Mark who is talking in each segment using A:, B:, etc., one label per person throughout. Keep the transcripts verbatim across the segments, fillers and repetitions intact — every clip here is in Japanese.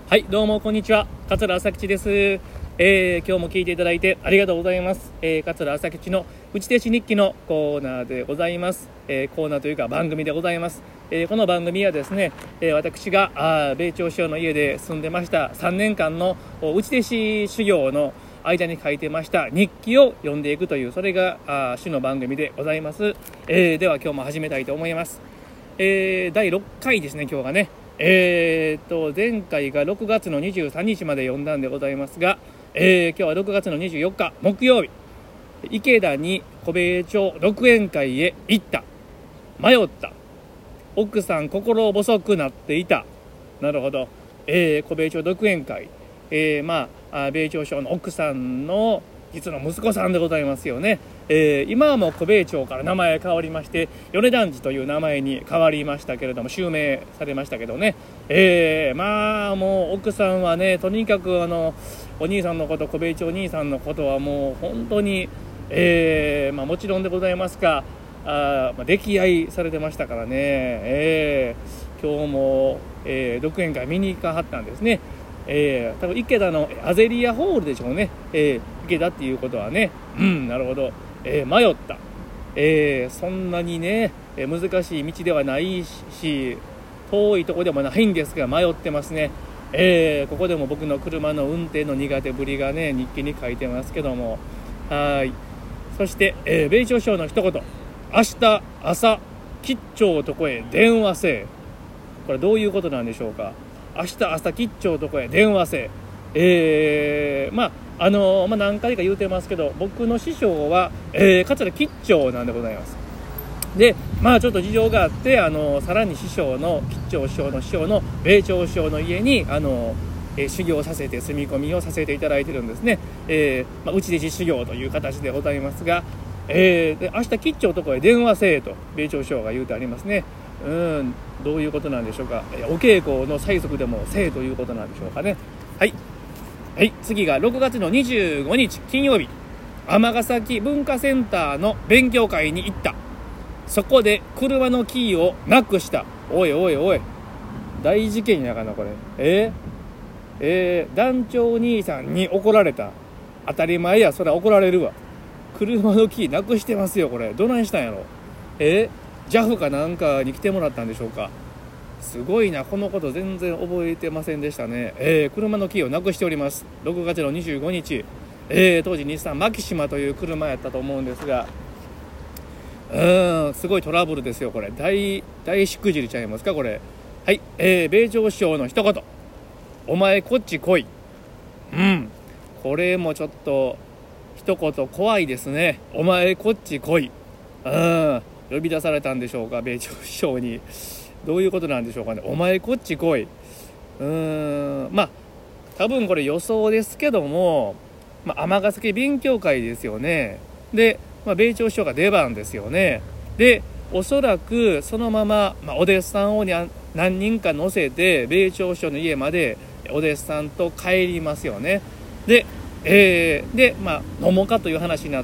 A: はい、どうもこんにちは、桂朝吉です。えー、今日も聞いていただいてありがとうございます。えー、桂朝吉の打ち弟子日記のコーナーでございます。えー、コーナーというか番組でございます。えー、この番組はですね、えー、私があ米朝師匠の家で住んでましたさんねんかんの打ち弟子修行の間に書いてました日記を読んでいくという、それがあ主の番組でございます。えー、では今日も始めたいと思います。えー、だいろっかいですね、今日がね。えー、と前回がろくがつのにじゅうさんにちまで読んだんでございますが、えー、今日はろくがつのにじゅうよっか木曜日、池田に小米町独演会へ行った、迷った、奥さん心細くなっていた。なるほど、えー、小米町独演会、えー、まあ米朝師匠の奥さんの実の息子さんでございますよね。えー、今はもう小米町から名前変わりまして米團次という名前に変わりましたけれども、襲名されましたけどね、えー、まあもう奥さんはね、とにかくあのお兄さんのこと、小米町兄さんのことはもう本当に、えーまあ、もちろんでございますが、あ、まあ、溺愛されてましたからね、えー、今日も、えー、独演会見に行かはったんですね。えー、多分池田のアゼリアホールでしょうね、えー、池田っていうことはね、うん、なるほど、えー、迷った、えー、そんなにね、えー、難しい道ではないし遠いとこでもないんですが迷ってますね。えー、ここでも僕の車の運転の苦手ぶりがね日記に書いてますけども、はい。そして、えー、米朝師匠の一言、明日朝吉兆とこへ電話せえ。これどういうことなんでしょうか。明日朝吉兆とこへ電話せえ。えー、まああのー、まあ何回か言うてますけど、僕の師匠は、えー、桂吉兆なんでございます。でまあちょっと事情があって、あのー、さらに師匠の吉兆師匠の師匠の米朝師匠の家にあのーえー、修行させて住み込みをさせていただいてるんですね。えーまあ、内弟子修行という形でございますが、えー、で明日吉兆とこへ電話せえと米朝師匠が言うてありますね。うん、どういうことなんでしょうか。お稽古の催促でもせえということなんでしょうかね。はい、はい、次がろくがつのにじゅうごにち金曜日、尼崎文化センターの勉強会に行った。そこで車のキーをなくした。おいおいおい、大事件やがなこれ。えー、えー、団長兄さんに怒られた。当たり前や、それは怒られるわ。車のキーなくしてますよ、これどないしたんやろ。えージャフ かなんかに来てもらったんでしょうか。すごいな、このこと全然覚えてませんでしたね。えー、車のキーをなくしております。ろくがつのにじゅうごにち、えー、当時日産マキシマという車やったと思うんですが、うーんすごいトラブルですよこれ。大大しくじりちゃいますかこれ。はい、えー、米朝師匠の一言、お前こっち来い。うんこれもちょっと一言怖いですね。お前こっち来い。うん呼び出されたんでしょうか、米朝師匠に。どういうことなんでしょうかね。お前こっち来い。うーんまあ多分これ予想ですけども、まあ、尼崎勉強会ですよね。で、まあ、米朝師匠が出番ですよね。でおそらくそのまま、まあ、お弟子さんを何人か乗せて米朝師匠の家までお弟子さんと帰りますよね。で、えー、でまあ飲もうかという話になって、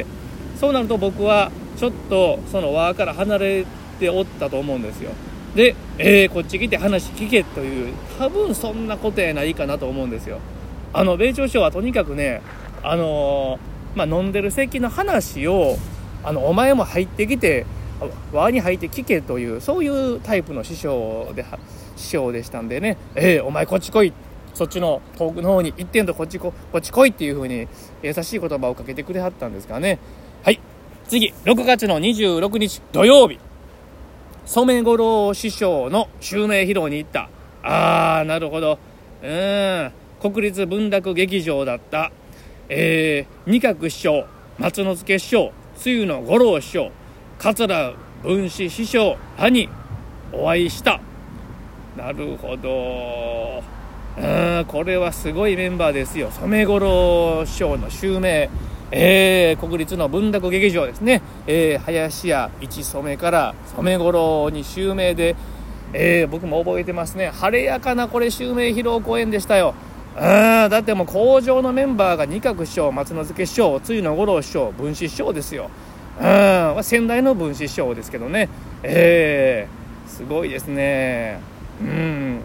A: そうなると僕はちょっとその輪から離れておったと思うんですよ。で、えー、こっち来て話聞けという、多分そんなことやないかなと思うんですよ。あの米朝師匠はとにかくね、あのー、まあ飲んでる席の話をあのお前も入ってきて輪に入って聞けという、そういうタイプの師匠で師匠でしたんでね、えー、お前こっち来い、そっちの遠くの方に行ってんとこっちここっち来いっていう風に優しい言葉をかけてくれはったんですかね。はい、次ろくがつのにじゅうろくにち土曜日、染五郎師匠の襲名披露に行った。あーなるほど、うーん国立文楽劇場だった、えー、二角師匠、松之助師匠、露野五郎師匠、桂文枝師匠らにお会いした。なるほど、うーんこれはすごいメンバーですよ。染五郎師匠の襲名、えー、国立の文楽劇場ですね、えー、林家一染から染五郎に襲名で、えー、僕も覚えてますね。晴れやかなこれ襲名披露公演でしたよ。あだってもう工場のメンバーが二角師匠、松之助師匠、露野五郎師匠、文枝師匠ですよ。うん先代の文枝師匠ですけどね、えー、すごいですね。うん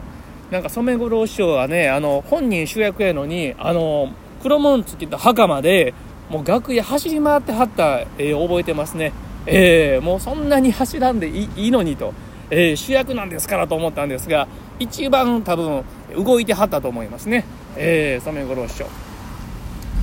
A: なんか染五郎師匠はね、あの本人主役やのに、あの黒紋付きと墓までもう楽屋走り回ってはった、えー、覚えてますね。えー、もうそんなに走らんでい い, いいのにと、えー、主役なんですからと思ったんですが、一番多分動いてはったと思いますね、えー、染五郎師匠。はい、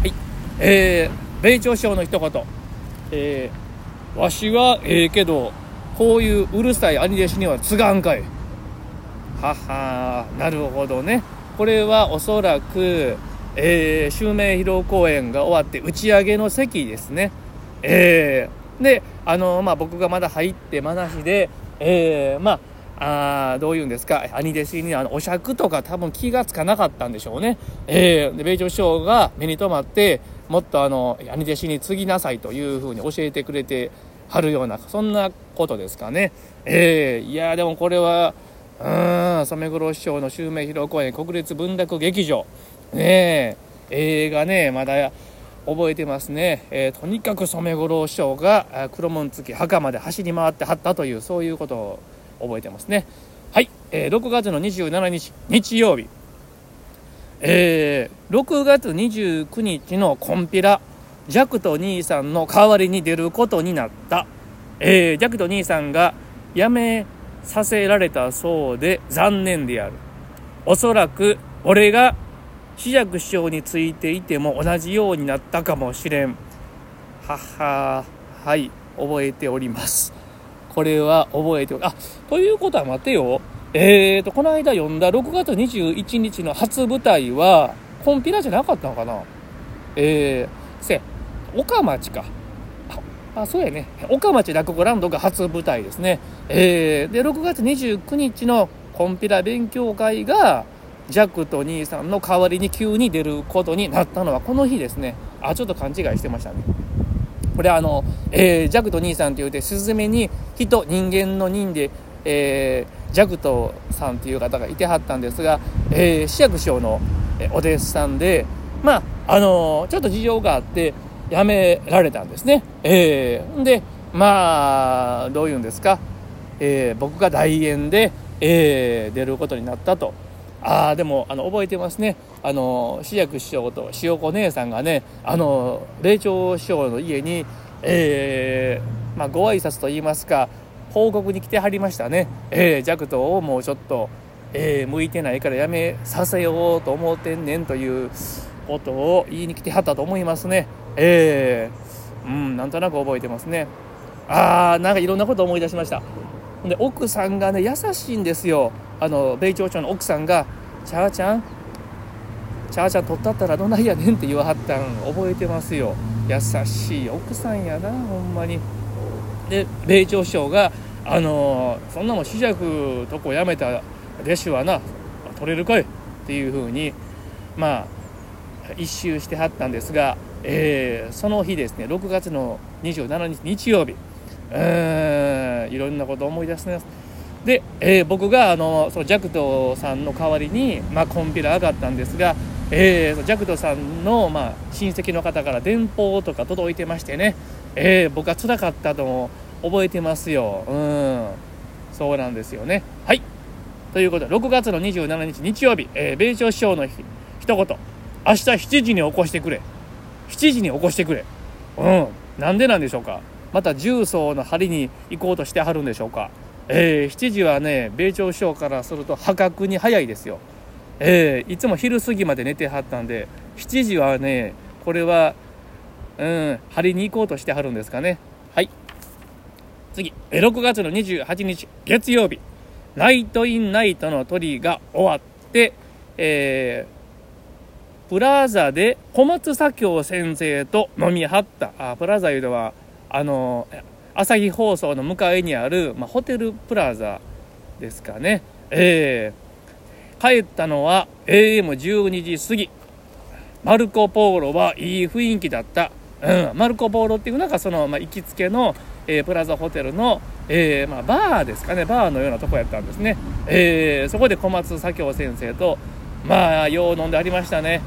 A: えー、米朝師匠の一言、えー、わしはええけどこういううるさい兄弟子には継がんかい。はは、なるほどね。これはおそらく、えー、襲名披露公演が終わって打ち上げの席ですね。えー、で、あのまあ、僕がまだ入ってまなしで、えー、まああどういうんですか、兄弟子にあのお酌とか多分気がつかなかったんでしょうね。えー、で米朝師匠が目に留まって、もっとあの兄弟子に継ぎなさいというふうに教えてくれてはるような、そんなことですかね。えー、いやでもこれはうーん、染五郎師匠の襲名披露公演国立文楽劇場ねえ、映画ねまだ覚えてますね。えー、とにかく染五郎師匠が黒紋付き墓まで走り回ってはったという、そういうことを覚えてますね。はい、えー、ろくがつのにじゅうしちにち日曜日、えー、ろくがつにじゅうくにちのコンピラジャクと兄さんの代わりに出ることになった、えー、ジャクと兄さんが辞めさせられたそうで残念である。おそらく俺が枝雀師匠についていても同じようになったかもしれん。はは、はい、覚えております。これは覚えておりあということは待てよ、えーとこの間読んだろくがつにじゅういちにちの初舞台はコンピラじゃなかったのかな。えー、せ岡町か、あそうやね、岡町落語ランドが初舞台ですね。えー、でろくがつにじゅうくにちのコンピラ勉強会がジャックと兄さんの代わりに急に出ることになったのはこの日ですね。あちょっと勘違いしてましたね。これはあの、えー、ジャクと兄さんというてスズメに人人間の人で、えー、ジャクトさんという方がいてはったんですが、えー、枝雀師匠のお弟子さんで、まああのー、ちょっと事情があって辞められたんですね。えー、でまあどういうんですか、えー、僕が代演で、えー、出ることになったと。あでもあの覚えてますね。あの枝雀師匠と塩子姉さんがね、あの米朝師匠の家に、えーまあ、ご挨拶といいますか報告に来てはりましたね。えー、ジャクトをもうちょっと、えー、向いてないからやめさせようと思ってんねんということを言いに来てはったと思いますね。えー、うんなんとなく覚えてますね。あーなんかいろんなこと思い出しました。で奥さんがね優しいんですよ。あの米朝長の奥さんがチャーちゃんチャーちゃん取ったったらどないやねんって言わはったん覚えてますよ。優しい奥さんやなほんまに。で米朝師匠があのー、そんなもん枝雀とこやめた弟子はな取れるかいっていう風にまあ一周してはったんですが、えー、その日ですねろくがつのにじゅうしちにち日曜日、えー、いろんなことを思い出すね。で、えー、僕があのそのジャクトさんの代わりに、まあ、コンピラ上がったんですが、えー、ジャクトさんの、まあ、親戚の方から電報とか届いてましてね、えー、僕は辛かったと覚えてますよ。うんそうなんですよね。はいということでろくがつのにじゅうしちにち日曜日、えー、米朝師匠の日一言、明日しちじに起こしてくれしちじに起こしてくれ。うんなんでなんでしょうか。また重曹の針に行こうとしてはるんでしょうか。えー、しちじはね米朝師匠からすると破格に早いですよ。えー、いつも昼過ぎまで寝てはったんでしちじはねこれはうん針に行こうとしてはるんですかね。はい次、ろくがつのにじゅうはちにち月曜日、ナイトインナイトの鳥が終わって、えー、プラザで小松左京先生と飲みはった。あプラザいうのはあの朝日放送の向かいにある、まあ、ホテルプラザですかね。えー、帰ったのは エーエムじゅうにじ過ぎ。マルコポーロはいい雰囲気だった、うん、マルコポーロっていうのがその、まあ、行きつけの、えー、プラザホテルの、えーまあ、バーですかね。バーのようなとこやったんですね。えー、そこで小松左京先生とまあよう飲んでありましたね。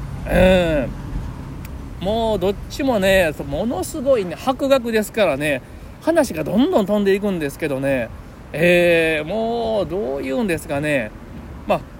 A: うんもうどっちもねものすごいね博学ですからね、話がどんどん飛んでいくんですけどね、えー、もうどういうんですかね、まあ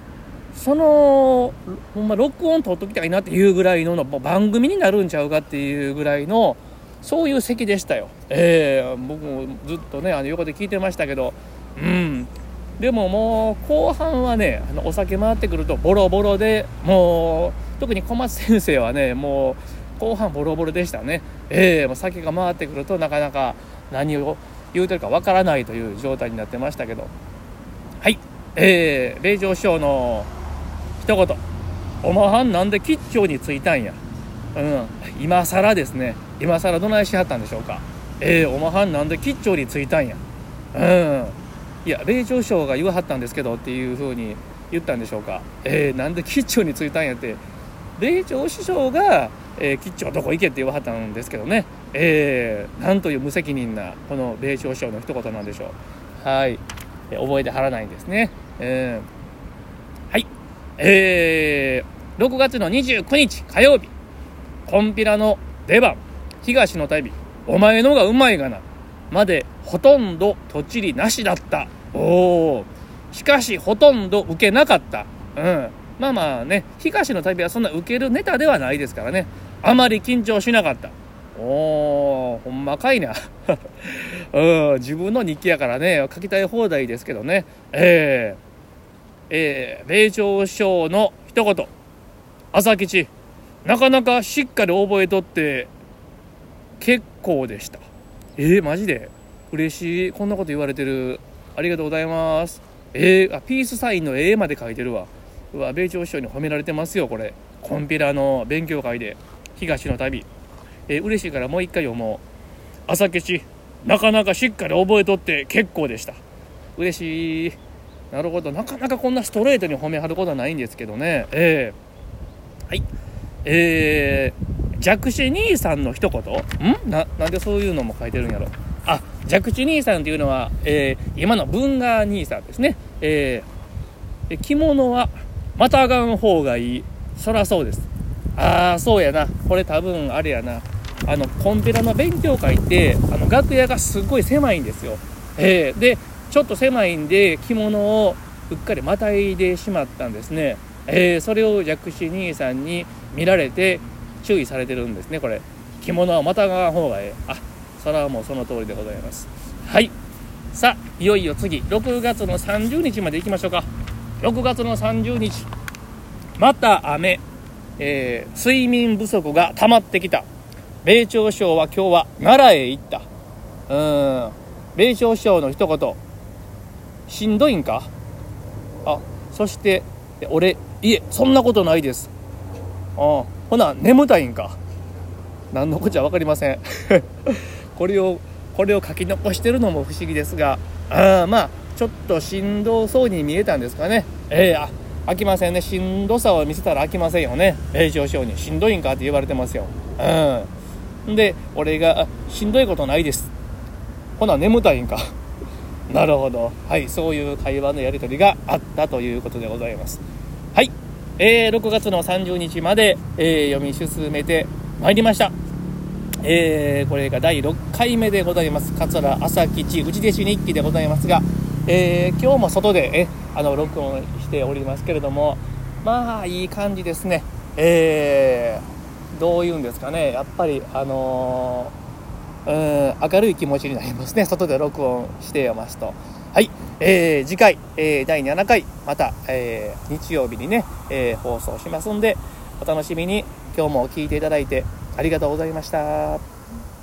A: そのほんま録音取っときたいなっていうぐらいのもう番組になるんちゃうかっていうぐらいのそういう席でしたよ。えー、僕もずっとねあの横で聞いてましたけど、うんでももう後半はねあのお酒回ってくるとボロボロで、もう特に小松先生はねもう後半ボロボロでしたね。えー、もう酒が回ってくるとなかなか何を言うてるかわからないという状態になってましたけど、はい、えー、米朝師匠の一言、おまはんなんで吉兆についたんや、うん、今更ですね、今更どないしはったんでしょうか。えー、おまはんなんで吉兆についたんや、うんいや米朝師匠が言わはったんですけどっていう風に言ったんでしょうか。えー、なんで吉兆についたんやって、米朝師匠が、えー、吉兆どこ行けって言わはったんですけどね、えー、なんという無責任なこの米朝師匠の一言なんでしょう。はい、えー、覚えてはらないんですね。えー、はい、えー、ろくがつのにじゅうくにち火曜日、コンピラの出番、東の旅、お前のがうまいがなまでほとんどとちりなしだった。おー、しかしほとんど受けなかった。うん、まあまあね、東の旅はそんな受けるネタではないですからね、あまり緊張しなかった。おー、ほんまかいな、うん、自分の日記やからね書きたい放題ですけどね。えー、えー、米朝師匠の一言、朝吉なかなかしっかり覚えとって結構でした。えー、マジで嬉しい、こんなこと言われてる、ありがとうございます。えー、あピースサインの A まで書いてるわ。うわ、米朝師匠に褒められてますよこれ。コンピラの勉強会で東の旅、えー、嬉しいからもう一回読もう。朝吉なかなかしっかり覚えとって結構でした。嬉しい。なるほど、なかなかこんなストレートに褒めはることはないんですけどね。えー、はい、えー、弱視兄さんの一言、ん な, なんでそういうのも書いてるんやろ。あ、弱視兄さんっていうのは、えー、今の文雅兄さんですね。えー、着物はまたがん方がいい。そらそうです。ああそうやな、これ多分あれやな、あのコンペラの勉強会ってあの楽屋がすごい狭いんですよ。えー、でちょっと狭いんで着物をうっかりまたいでしまったんですね。えー、それを弱視兄さんに見られて注意されてるんですね。これ着物はまたがん方がええ。あ、それはもうその通りでございます。はい、さあいよいよ次ろくがつのさんじゅうにちまで行きましょうか。ろくがつのさんじゅうにち、また雨、えー、睡眠不足が溜まってきた。米朝師匠は今日は奈良へ行った。うーん、米朝師匠の一言、しんどいんか。あ、そして俺、いえそんなことないです。あ、ほな眠たいんか。何のこっちゃ分かりませんこれをこれを書き残してるのも不思議ですが、あ、まあちょっとしんどそうに見えたんですかね。えー、あ飽きませんね。しんどさを見せたら飽きませんよね。米朝師匠にしんどいんかって言われてますよ。うん、で俺がしんどいことないです。ほな眠たいんかなるほど、はい、そういう会話のやり取りがあったということでございます。はい、えー、ろくがつのさんじゅうにちまで、えー、読み進めてまいりました。えー、これがだいろっかいめでございます。桂朝吉内弟子日記でございますが、えー、今日も外でえあの録音しておりますけれども、まあいい感じですね。えー、どういうんですかね、やっぱりあのー、うん明るい気持ちになりますね、外で録音していますと。はい、えー、次回、えー、だいななかいまた、えー、日曜日にね、えー、放送しますんでお楽しみに。今日も聞いていただいてありがとうございました。